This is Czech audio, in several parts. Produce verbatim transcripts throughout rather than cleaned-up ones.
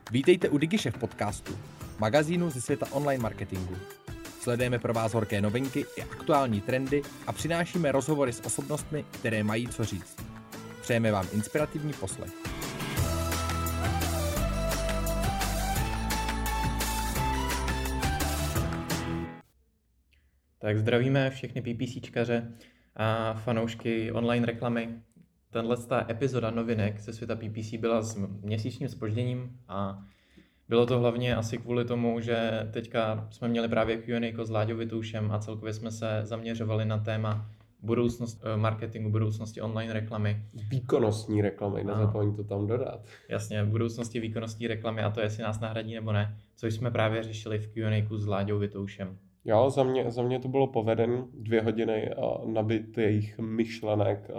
Vítejte u DigiShef podcastu, magazínu ze světa online marketingu. Sledujeme pro vás horké novinky i aktuální trendy a přinášíme rozhovory s osobnostmi, které mají co říct. Přejeme vám inspirativní poslech. Tak zdravíme všechny PPCčkaře a fanoušky online reklamy. Tenhle epizoda novinek ze světa P P C byla s měsíčním zpožděním a bylo to hlavně asi kvůli tomu, že teďka jsme měli právě Q and A s Láďou Vitoušem a celkově jsme se zaměřovali na téma budoucnost marketingu, budoucnosti online reklamy. Výkonnostní reklamy, nezapomeň to tam dodat. Jasně, budoucnosti výkonnostní reklamy a to, jestli nás nahradí nebo ne, což jsme právě řešili v Q and A s Láďou Vitoušem. Jo, za mě, za mě to bylo poveden, dvě hodiny nabitých myšlenek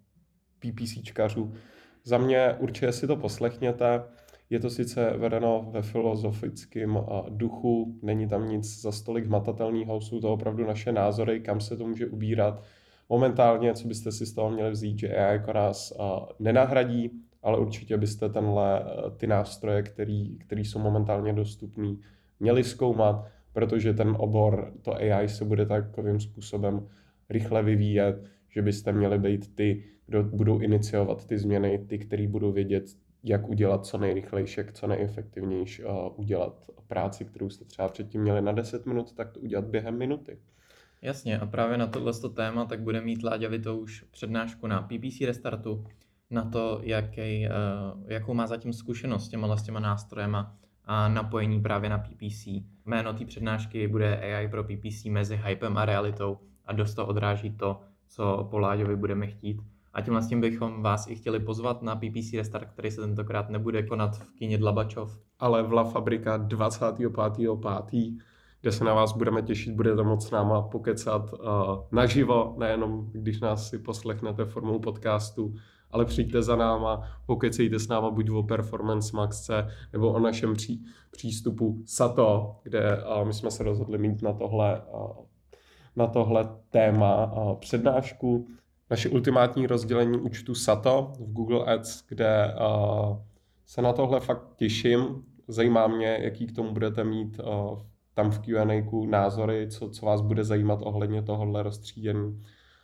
PPCčkařů. Za mě určitě si to poslechněte. Je to sice vedeno ve filozofickém duchu, není tam nic za stolik hmatatelného, jsou to opravdu naše názory, kam se to může ubírat. Momentálně, co byste si z toho měli vzít, že A I jako nás nenahradí, ale určitě byste tenhle, ty nástroje, který, který jsou momentálně dostupný, měli zkoumat, protože ten obor, to A I se bude takovým způsobem rychle vyvíjet, že byste měli být ty, kdo budou iniciovat ty změny, ty, kteří budou vědět, jak udělat co nejrychlejší, co nejefektivnější, uh, udělat práci, kterou jste třeba předtím měli na deset minut, tak to udělat během minuty. Jasně, a právě na tohleto téma tak bude mít Láďa Vitouš přednášku na P P C Restartu, na to, jaký, uh, jakou má zatím zkušenost s těma, s těma nástrojema a napojení právě na P P C. Jméno té přednášky bude A I pro P P C mezi hypem a realitou a dost to odráží to, co po Láďovi budeme chtít. A tímhle s tím bychom vás i chtěli pozvat na P P C Restart, který se tentokrát nebude konat v kině Dlabačov. Ale v La Fabrika dvacátého pátého pátého kde se na vás budeme těšit, budete moct s náma pokecat uh, naživo, nejenom když nás si poslechnete formou podcastu, ale přijďte za náma, pokecejte s náma buď o Performance Maxce, nebo o našem pří, přístupu Sato, kde uh, my jsme se rozhodli mít na tohle, uh, na tohle téma uh, přednášku. Naše ultimátní rozdělení účtu Sato v Google Ads, kde uh, se na tohle fakt těším. Zajímá mě, jaký k tomu budete mít uh, tam v Q and A názory, co, co vás bude zajímat ohledně tohohle rozstřídění.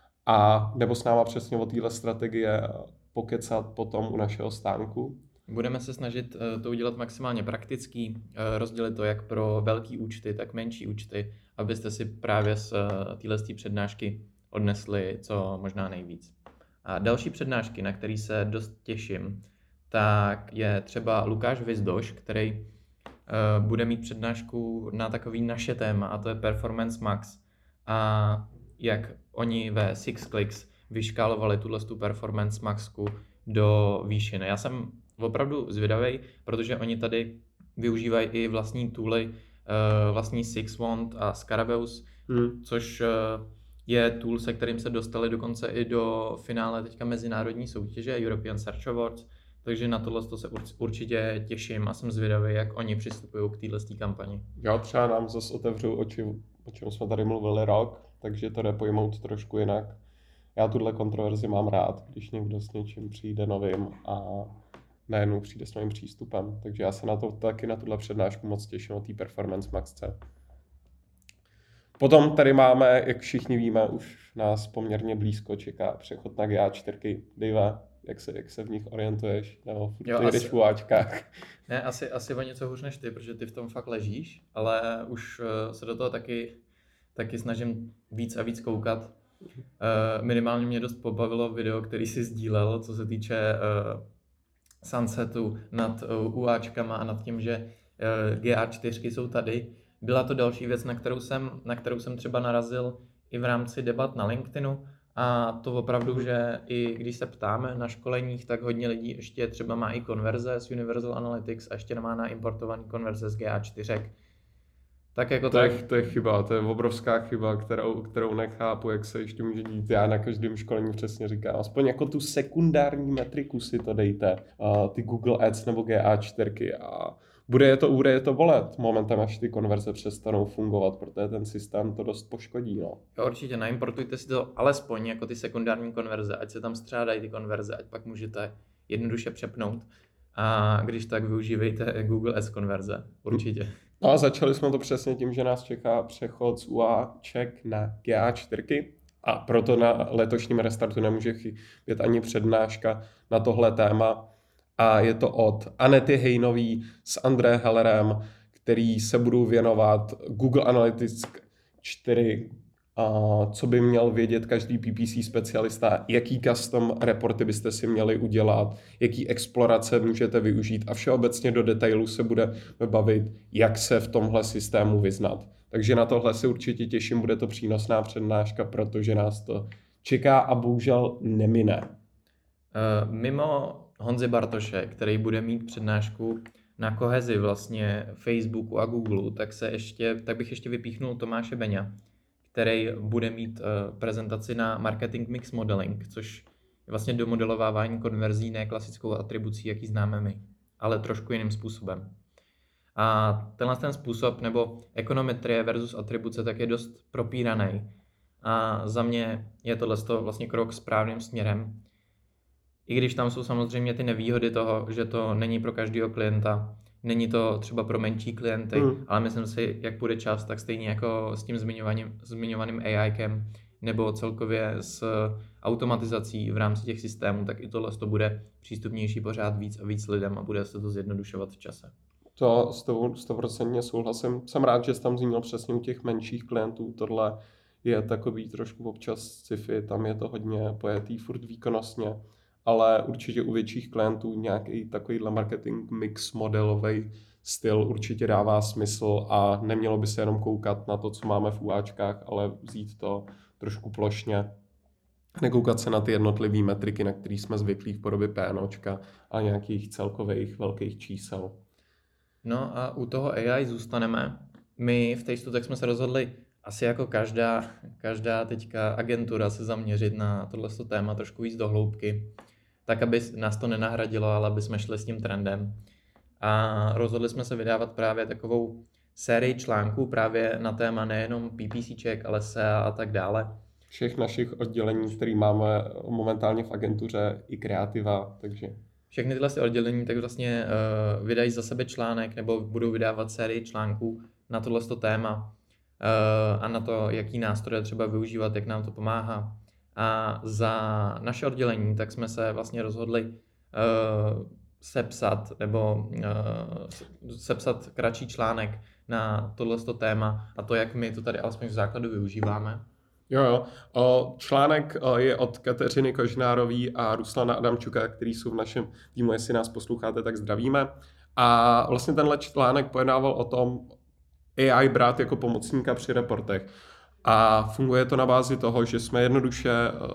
A nebo s náma přesně o téhle strategie pokecat potom u našeho stánku. Budeme se snažit uh, to udělat maximálně praktický, uh, rozdělit to jak pro velký účty, tak menší účty, abyste si právě z uh, téhle přednášky odnesli co možná nejvíc. A další přednášky, na který se dost těším, tak je třeba Lukáš Vizdoš, který uh, bude mít přednášku na takový naše téma, a to je Performance Max. A jak oni ve Six Clicks vyškálovali tuhle Performance Maxku do výšiny. Já jsem opravdu zvědavý, protože oni tady využívají i vlastní tooly, uh, vlastní Sixwand a Scarabeus, hmm. což uh, je tool, se kterým se dostali dokonce i do finále teďka mezinárodní soutěže European Search Awards, takže na tohle se určitě těším a jsem zvědavý, jak oni přistupují k této kampani. Jo, třeba nám zase otevřou oči, o čem jsme tady mluvili rok, takže to jde pojmout trošku jinak. Já tuhle kontroverzi mám rád, když někdo s něčím přijde novým a najednou přijde s novým přístupem, takže já se na to taky na tuhle přednášku moc těším o té Performance Maxce. Potom tady máme, jak všichni víme, už nás poměrně blízko čeká přechod na G A čtyři. Dejve, jak se, jak se v nich orientuješ? Nebo jo, ty jdeš v uáčkách? Ne, asi, asi o něco hůř než ty, protože ty v tom fakt ležíš, ale už se do toho taky, taky snažím víc a víc koukat. Minimálně mě dost pobavilo video, který si sdílel, co se týče sunsetu nad uáčkama a nad tím, že G A čtyři jsou tady. Byla to další věc, na kterou jsem, na kterou jsem třeba narazil i v rámci debat na LinkedInu, a to opravdu, že i když se ptáme na školeních, tak hodně lidí ještě třeba má i konverze z Universal Analytics a ještě nemá naimportovaný konverze z G A čtyři. Tak jako to, je, to je chyba, to je obrovská chyba, kterou, kterou nechápu, jak se ještě může dít. Já na každém školení přesně říkám, aspoň jako tu sekundární metriku si to dejte, uh, ty Google Ads nebo G A čtyři, a bude je to, bude je to bolet momentem, až ty konverze přestanou fungovat, protože ten systém to dost poškodí. No. Jo, určitě naimportujte si to alespoň jako ty sekundární konverze, ať se tam střádají ty konverze, ať pak můžete jednoduše přepnout. A když tak využívejte Google Ads konverze, určitě. No a začali jsme to přesně tím, že nás čeká přechod z UAček na G A čtyři a proto na letošním restartu nemůže chybět ani přednáška na tohle téma. A je to od Anety Hejnový s André Hellerem, který se budou věnovat Google Analytics čtyři, a co by měl vědět každý P P C specialista, jaký custom reporty byste si měli udělat, jaký explorace můžete využít a všeobecně do detailu se budeme bavit, jak se v tomhle systému vyznat. Takže na tohle se určitě těším, bude to přínosná přednáška, protože nás to čeká a bohužel nemine. Uh, mimo Honzy Bartoše, který bude mít přednášku na kohezi vlastně Facebooku a Googleu, tak, se ještě, tak bych ještě vypíchnul Tomáše Beňa, který bude mít uh, prezentaci na marketing mix modeling, což je vlastně domodelovávání konverzí, ne klasickou atribucí, jaký známe my, ale trošku jiným způsobem. A tenhle ten způsob, nebo ekonometrie versus atribuce, tak je dost propíraný. A za mě je tohle vlastně krok správným směrem. I když tam jsou samozřejmě ty nevýhody toho, že to není pro každého klienta, není to třeba pro menší klienty, mm. ale myslím si, jak půjde čas, tak stejně jako s tím zmiňovaným, zmiňovaným AIkem nebo celkově s automatizací v rámci těch systémů, tak i tohle to bude přístupnější pořád víc a víc lidem a bude se to zjednodušovat v čase. To s tou sto procent souhlasím. Jsem rád, že jsi tam zmínil přesně u těch menších klientů. Tohle je takový trošku občas sci-fi, tam je to hodně pojetý furt výkonnostně, ale určitě u větších klientů nějaký takovýhle marketing mix modelový styl určitě dává smysl a nemělo by se jenom koukat na to, co máme v UAčkách, ale vzít to trošku plošně. Nekoukat se na ty jednotlivé metriky, na které jsme zvyklí v podobě PNOčka a nějakých celkových velkých čísel. No a u toho A I zůstaneme. My v Tasteu jsme se rozhodli asi jako každá, každá teďka agentura se zaměřit na tohleto téma trošku víc do hloubky, tak aby nás to nenahradilo, ale aby jsme šli s tím trendem. A rozhodli jsme se vydávat právě takovou sérii článků právě na téma nejenom PPCček, ale S E A a tak dále. Všech našich oddělení, které máme momentálně v agentuře, i kreativa, takže... Všechny tyhle oddělení tak vlastně uh, vydají za sebe článek nebo budou vydávat sérii článků na tohleto téma uh, a na to, jaký nástroje třeba využívat, jak nám to pomáhá. A za naše oddělení tak jsme se vlastně rozhodli uh, sepsat nebo uh, sepsat kratší článek na tohleto téma a to, jak my to tady alespoň v základu využíváme. Jo, jo. Článek je od Kateřiny Kožnárový a Ruslana Adamčuka, který jsou v našem týmu, jestli nás posloucháte, tak zdravíme. A vlastně tenhle článek pojednával o tom A I brát jako pomocníka při reportech. A funguje to na bázi toho, že jsme jednoduše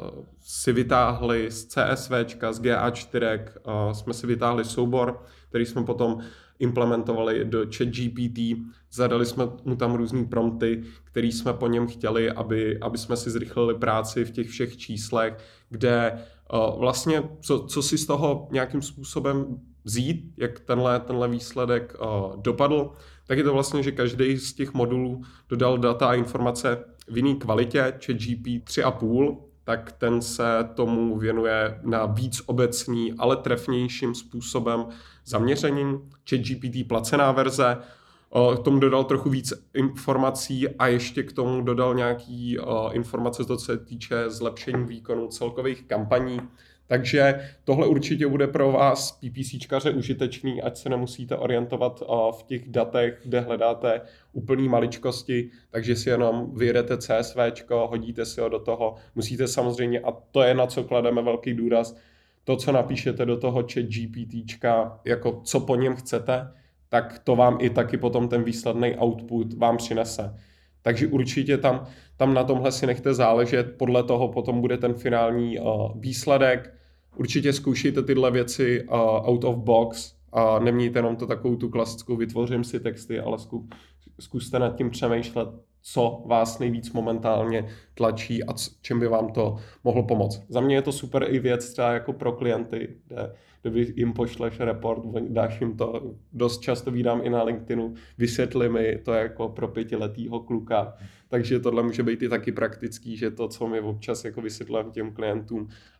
si vytáhli z CSVčka, z G A čtyři, jsme si vytáhli soubor, který jsme potom implementovali do ChatGPT, zadali jsme mu tam různý prompty, který jsme po něm chtěli, aby, aby jsme si zrychlili práci v těch všech číslech, kde uh, vlastně, co, co si z toho nějakým způsobem vzít, jak tenhle, tenhle výsledek uh, dopadl, tak je to vlastně, že každý z těch modulů dodal data a informace v jiné kvalitě, ChatGPT tři a půl, tak ten se tomu věnuje na víc obecný, ale trefnějším způsobem zaměřením. ChatGPT placená verze, k tomu dodal trochu víc informací a ještě k tomu dodal nějaký informace, co se týče zlepšení výkonu celkových kampaní. Takže tohle určitě bude pro vás PPCčkaře užitečný, ať se nemusíte orientovat v těch datech, kde hledáte úplný maličkosti, takže si jenom vyjedete CSVčko, hodíte si ho do toho. Musíte samozřejmě, a to je na co klademe velký důraz, to, co napíšete do toho ChatGPTčka, jako co po něm chcete, tak to vám i taky potom ten výsledný output vám přinese. Takže určitě tam, tam na tomhle si nechte záležet, podle toho potom bude ten finální uh, výsledek. Určitě zkoušejte tyhle věci uh, out of box a nemějte jenom to takovou tu klasickou vytvořím si texty, ale zku, zkuste nad tím přemýšlet, co vás nejvíc momentálně tlačí a čem by vám to mohlo pomoct. Za mě je to super i věc třeba jako pro klienty, kde, kde jim pošleš report, dáš jim to, dost často vídám i na LinkedInu, vysvětli mi to jako pro pětiletýho kluka, takže tohle může být i taky praktický, že to, co my občas jako vysvětlujeme těm klientům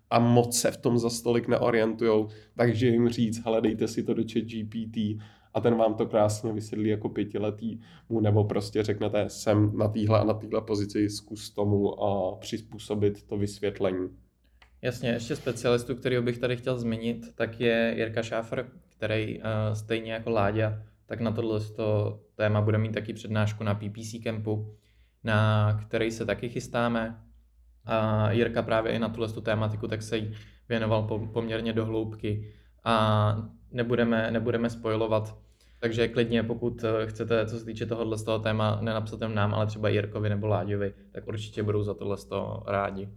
a moc se v tom za stolik neorientujou, takže jim říct, hele, dejte si to do ChatGPT a ten vám to krásně vysvětlí jako pětiletý mu, nebo prostě řeknete, jsem na téhle a na téhle pozici, zkus tomu a přizpůsobit to vysvětlení. Jasně, ještě specialistu, kterýho bych tady chtěl zmínit, tak je Jirka Šáfr, který uh, stejně jako Láďa, tak na tohle téma bude mít taky přednášku na P P C Campu, na který se taky chystáme. A Jirka právě i na tuhle tématiku tak se jí věnoval poměrně do hloubky a nebudeme, nebudeme spoilovat. Takže klidně, pokud chcete, co se týče tohohle z toho téma, nenapsat jen nám, ale třeba Jirkovi nebo Láďovi, tak určitě budou za tohle rádi.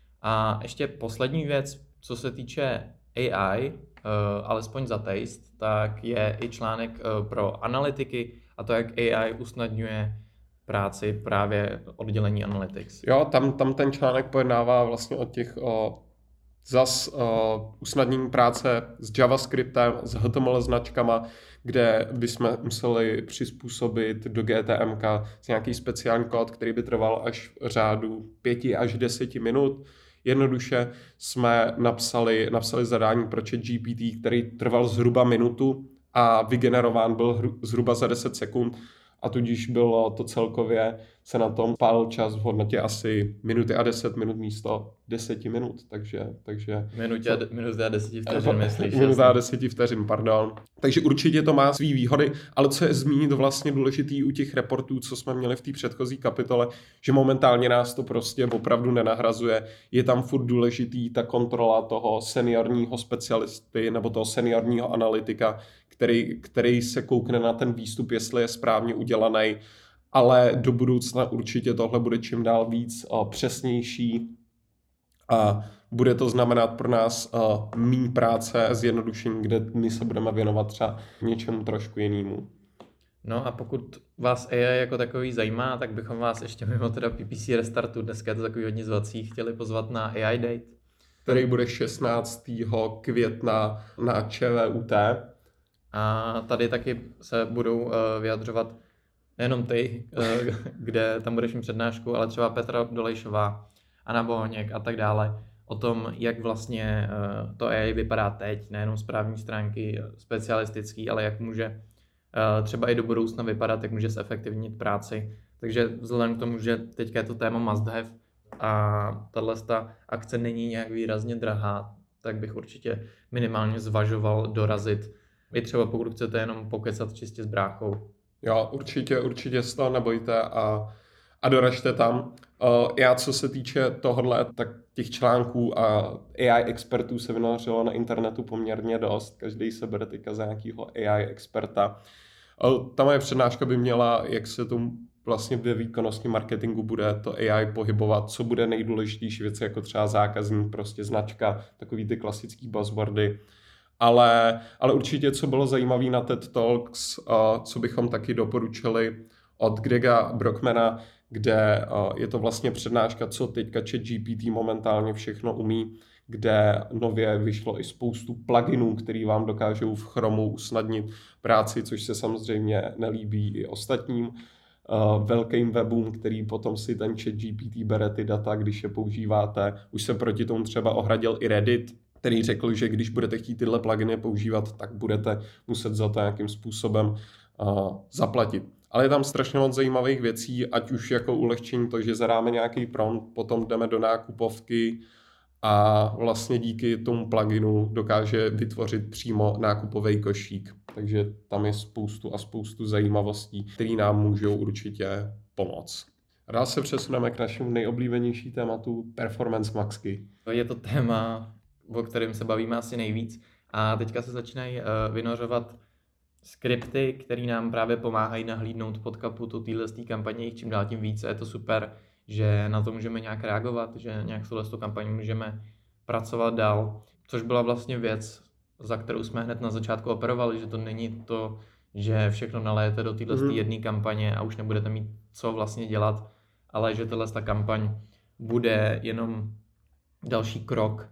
A ještě poslední věc, co se týče A I, alespoň za taste, tak je i článek pro analytiky a to, jak A I usnadňuje práci právě oddělení Analytics. Jo, tam, tam ten článek pojednává vlastně o těch o, zas o, usnadnění práce s JavaScriptem, s H T M L značkama, kde bychom museli přizpůsobit do G T M ka nějaký speciální kód, který by trval až v řádu pěti až deseti minut. Jednoduše jsme napsali, napsali zadání pro ChatGPT, který trval zhruba minutu a vygenerován byl hru, zhruba za deset sekund. A tudíž bylo to celkově, se na tom pálil čas v hodnotě asi minuty a deset minut místo deseti minut, takže... takže minuty, a, de, minuty a deseti vteřin, myslíš? Minuty a deseti vteřin, pardon. Takže určitě to má svý výhody, ale co je zmínit vlastně důležitý u těch reportů, co jsme měli v té předchozí kapitole, že momentálně nás to prostě opravdu nenahrazuje. Je tam furt důležitý ta kontrola toho seniorního specialisty nebo toho seniorního analytika, který, který se koukne na ten výstup, jestli je správně udělaný, ale do budoucna určitě tohle bude čím dál víc uh, přesnější a bude to znamenat pro nás uh, méně práce, zjednodušení, kde my se budeme věnovat třeba něčemu trošku jinému. No a pokud vás A I jako takový zajímá, tak bychom vás ještě mimo teda P P C Restartu, dneska je to takový hodně zvací, chtěli pozvat na A I Date, který bude šestnáctého května na Č V U T. A tady taky se budou uh, vyjadřovat nejenom ty, uh, kde tam budeš mít přednášku, ale třeba Petra Dolejšová, Anna Bohoněk a tak dále, o tom, jak vlastně uh, to A I vypadá teď, nejenom z právní stránky specialistický, ale jak může uh, třeba i do budoucna vypadat, jak může zefektivnit práci. Takže vzhledem k tomu, že teďka je to téma must have a tato akce není nějak výrazně drahá, tak bych určitě minimálně zvažoval dorazit. Vy třeba pokud chcete jenom pokecat čistě s bráchou. Jo, určitě, určitě se toho nebojte a, a doražte tam. Uh, já co se týče tohohle, tak těch článků a A I expertů se vynořilo na internetu poměrně dost. Každý se bere teďka za nějakého A I experta. Uh, ta moje přednáška by měla, jak se tomu vlastně ve výkonnostním marketingu bude to A I pohybovat, co bude nejdůležitější věci, jako třeba zákazník, prostě značka, takový ty klasický buzzwordy. Ale, ale určitě, co bylo zajímavé na TED Talks, uh, co bychom taky doporučili od Grega Brockmana, kde uh, je to vlastně přednáška, co teďka ChatGPT momentálně všechno umí, kde nově vyšlo i spoustu pluginů, který vám dokážou v Chromu usnadnit práci, což se samozřejmě nelíbí i ostatním uh, velkým webům, který potom si ten ChatGPT bere ty data, když je používáte. Už se proti tomu třeba ohradil i Reddit, který řekl, že když budete chtít tyhle pluginy používat, tak budete muset za to nějakým způsobem uh, zaplatit. Ale je tam strašně moc zajímavých věcí, ať už jako ulehčení to, že zadáme nějaký prompt, potom jdeme do nákupovky a vlastně díky tomu pluginu dokáže vytvořit přímo nákupový košík. Takže tam je spoustu a spoustu zajímavostí, které nám můžou určitě pomoct. Dál se přesuneme k našemu nejoblíbenější tématu Performance Maxky. Je to téma, o kterém se bavíme asi nejvíc a teďka se začínají uh, vynořovat skripty, které nám právě pomáhají nahlídnout pod kaputu téhle kampaně, jich čím dál tím více. Je to super, že na to můžeme nějak reagovat, že nějak s touhle kampaní můžeme pracovat dál, což byla vlastně věc, za kterou jsme hned na začátku operovali, že to není to, že všechno naléjete do téhle mm. jedné kampaně a už nebudete mít co vlastně dělat, ale že tahle kampaň bude jenom další krok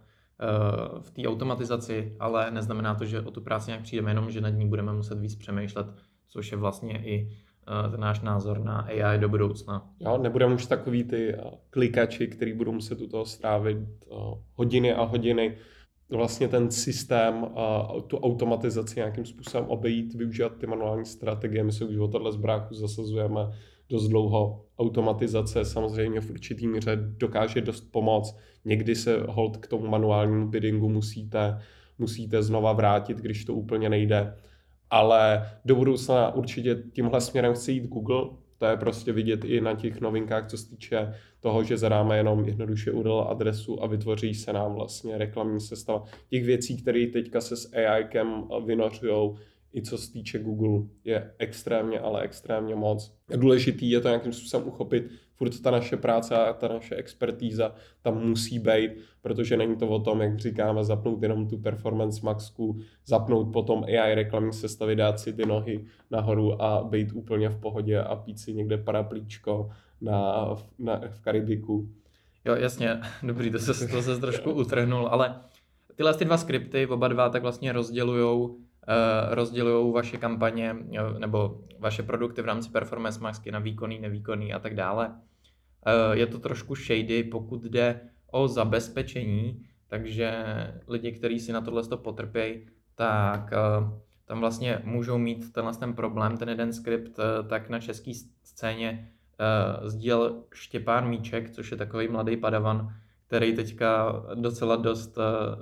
v té automatizaci, ale neznamená to, že o tu práci nějak přijdeme, jenom že nad ní budeme muset víc přemýšlet, což je vlastně i ten náš názor na A I do budoucna. Jo, nebudeme už takový ty klikači, který budou muset u toho strávit hodiny a hodiny. Vlastně ten systém, tu automatizaci nějakým způsobem obejít, využívat ty manuální strategie. My se už o tohle z bráchu zasazujeme dost dlouho. Automatizace samozřejmě v určitý míře dokáže dost pomoct. Někdy se hold k tomu manuálnímu biddingu musíte, musíte znova vrátit, když to úplně nejde. Ale do budoucna určitě tímhle směrem chce jít Google. To je prostě vidět i na těch novinkách, co se týče toho, že zadáme jenom jednoduše U R L adresu a vytvoří se nám vlastně reklamní sestava. Těch věcí, které teďka se s AIkem vynořujou, i co se týče Google, je extrémně, ale extrémně moc. Důležitý je to nějakým způsobem uchopit. Furt ta naše práce a ta naše expertíza tam musí být, protože není to o tom, jak říkáme, zapnout jenom tu performance maxku, zapnout potom A I reklamní sestavy, dát si ty nohy nahoru a být úplně v pohodě a pít si někde paraplíčko na, na, v Karibiku. Jo, jasně, dobrý, to se, to se trošku utrhnul, ale tyhle ty dva skripty, oba dva, tak vlastně rozdělujou rozdělují vaše kampaně nebo vaše produkty v rámci Performance Maxky na výkonný, nevýkonný a tak dále. Je to trošku shady, pokud jde o zabezpečení, takže lidi, kteří si na tohle potrpějí, tak tam vlastně můžou mít tenhle ten problém. Ten jeden skript tak na české scéně sdílel Štěpán Míček, což je takový mladý padavan, který teďka docela dost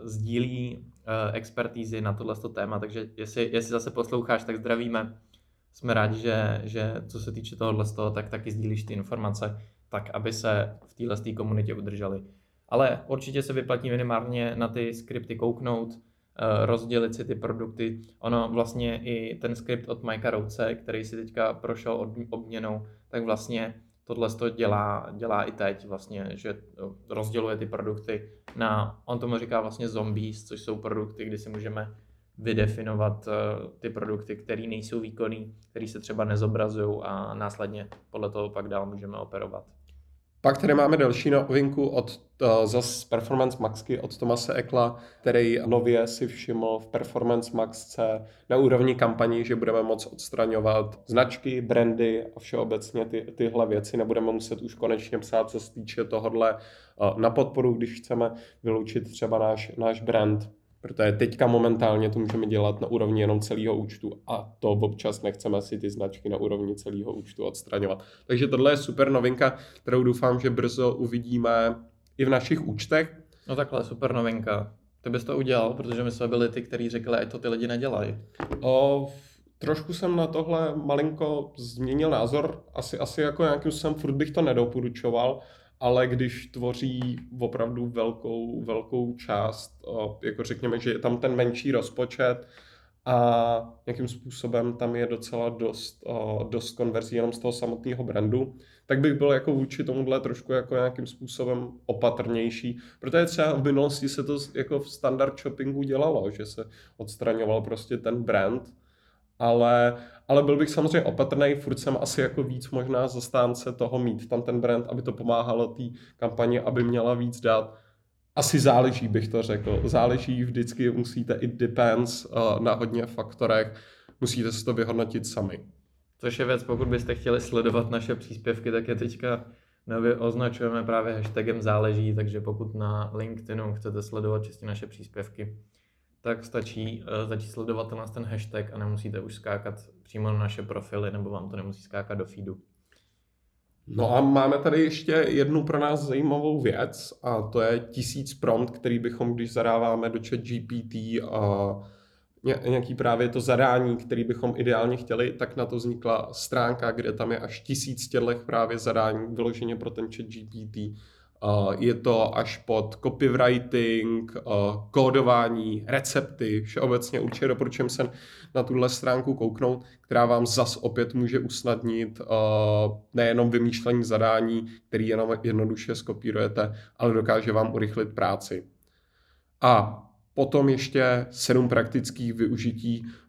sdílí expertízy na tohleto téma, takže jestli, jestli zase posloucháš, tak zdravíme. Jsme rádi, že, že co se týče tohohle, tak taky sdílíš ty informace, tak aby se v téhle komunitě udrželi. Ale určitě se vyplatí minimálně na ty skripty kouknout, rozdělit si ty produkty. Ono vlastně i ten skript od Mikea Routse, který si teďka prošel obměnou, tak vlastně tohle to dělá, dělá i teď vlastně, že rozděluje ty produkty na, on tomu říká vlastně zombies, což jsou produkty, kdy si můžeme vydefinovat ty produkty, které nejsou výkonný, které se třeba nezobrazují a následně podle toho pak dál můžeme operovat. Pak tady máme další novinku od uh, zas Performance Maxky od Tomase Ekla, který nově si všiml v Performance Maxce na úrovni kampaní, že budeme moct odstraňovat značky, brandy a všeobecně ty, tyhle věci. Nebudeme muset už konečně psát, co se týče tohodle uh, na podporu, když chceme vyloučit třeba náš, náš brand. Protože teďka momentálně to můžeme dělat na úrovni jenom celého účtu a to občas nechceme si ty značky na úrovni celého účtu odstraňovat. Takže tohle je super novinka, kterou doufám, že brzo uvidíme i v našich účtech. No takhle, super novinka. Ty bys to udělal, protože my jsme byli ty, kteří řekli, ať to ty lidi nedělají. O, trošku jsem na tohle malinko změnil názor. Asi, asi jako nějakým jsem furt bych to nedoporučoval, ale když tvoří opravdu velkou, velkou část, jako řekněme, že je tam ten menší rozpočet a nějakým způsobem tam je docela dost, dost konverzí jenom z toho samotného brandu, tak bych byl jako vůči tomuhle trošku jako nějakým způsobem opatrnější, protože třeba v minulosti se to jako v standard shoppingu dělalo, že se odstraňoval prostě ten brand, ale, ale byl bych samozřejmě opatrný, furt jsem asi jako víc možná zastánce toho mít tam ten brand, aby to pomáhalo té kampani, aby měla víc dát. Asi záleží, bych to řekl. Záleží vždycky, musíte, it depends uh, na hodně faktorech, musíte si to vyhodnotit sami. Což je věc, pokud byste chtěli sledovat naše příspěvky, tak je teďka nově označujeme právě hashtagem záleží, takže pokud na LinkedInu chcete sledovat čistě naše příspěvky, tak stačí, stačí sledovat tenhle ten hashtag a nemusíte už skákat přímo na naše profily, nebo vám to nemusí skákat do feedu. No a máme tady ještě jednu pro nás zajímavou věc a to je tisíc prompt, který bychom, když zadáváme do ChatGPT a nějaký právě to zadání, který bychom ideálně chtěli, tak na to vznikla stránka, kde tam je až tisíc těchto právě zadání vyloženě pro ten ChatGPT. Je to až pod copywriting, kódování, recepty, všeobecně určitě doporučujem se na tuhle stránku kouknout, která vám zas opět může usnadnit nejenom vymýšlení zadání, který jenom jednoduše skopírujete, ale dokáže vám urychlit práci. A potom ještě sedm praktických využití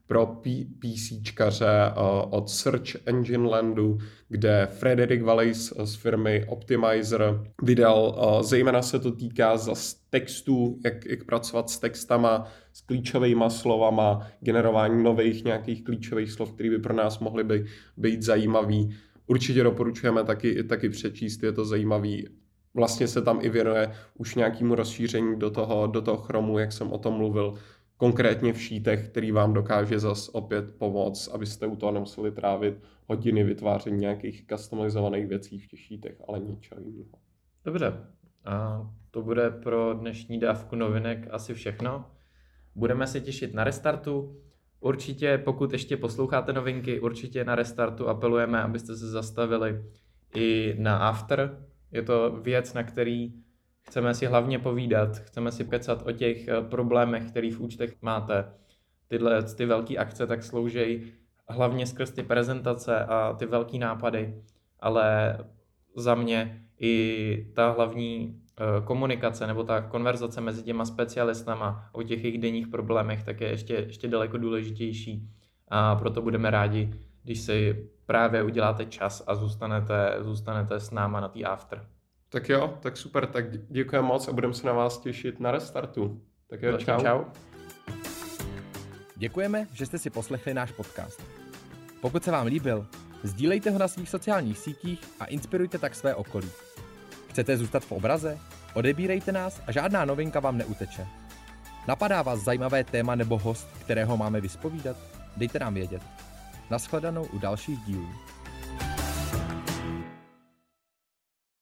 pro PCčkaře od Search Engine Landu, kde Frederick Wallace z firmy Optimizer vydal, zejména se to týká za textů, jak, jak pracovat s textama, s klíčovými slovama, generování nových nějakých klíčových slov, které by pro nás mohly být, být zajímavý. Určitě doporučujeme taky, taky přečíst, je to zajímavý. Vlastně se tam i věnuje už nějakému rozšíření do toho, do toho Chromu, jak jsem o tom mluvil, konkrétně v šítech, který vám dokáže zas opět pomoct, abyste u toho nemuseli trávit hodiny vytváření nějakých customizovaných věcí v těch šítech, ale ničeho jiného. Dobře, a to bude pro dnešní dávku novinek asi všechno. Budeme se těšit na restartu. Určitě, pokud ještě posloucháte novinky, určitě na restartu apelujeme, abyste se zastavili i na after. Je to věc, na který chceme si hlavně povídat, chceme si kecat o těch problémech, které v účtech máte. Tyhle ty velké akce tak slouží hlavně skrz ty prezentace a ty velké nápady, ale za mě i ta hlavní komunikace nebo ta konverzace mezi těma specialistama o těch jejich denních problémech tak je ještě, ještě daleko důležitější. A proto budeme rádi, když si právě uděláte čas a zůstanete, zůstanete s náma na té after. Tak jo, tak super, tak děkujeme moc a budeme se na vás těšit na restartu. Tak jo, Zatím čau. čau. Děkujeme, že jste si poslechli náš podcast. Pokud se vám líbil, sdílejte ho na svých sociálních sítích a inspirujte tak své okolí. Chcete zůstat v obraze? Odebírejte nás a žádná novinka vám neuteče. Napadá vás zajímavé téma nebo host, kterého máme vyspovídat? Dejte nám vědět. Nashledanou u dalších dílů.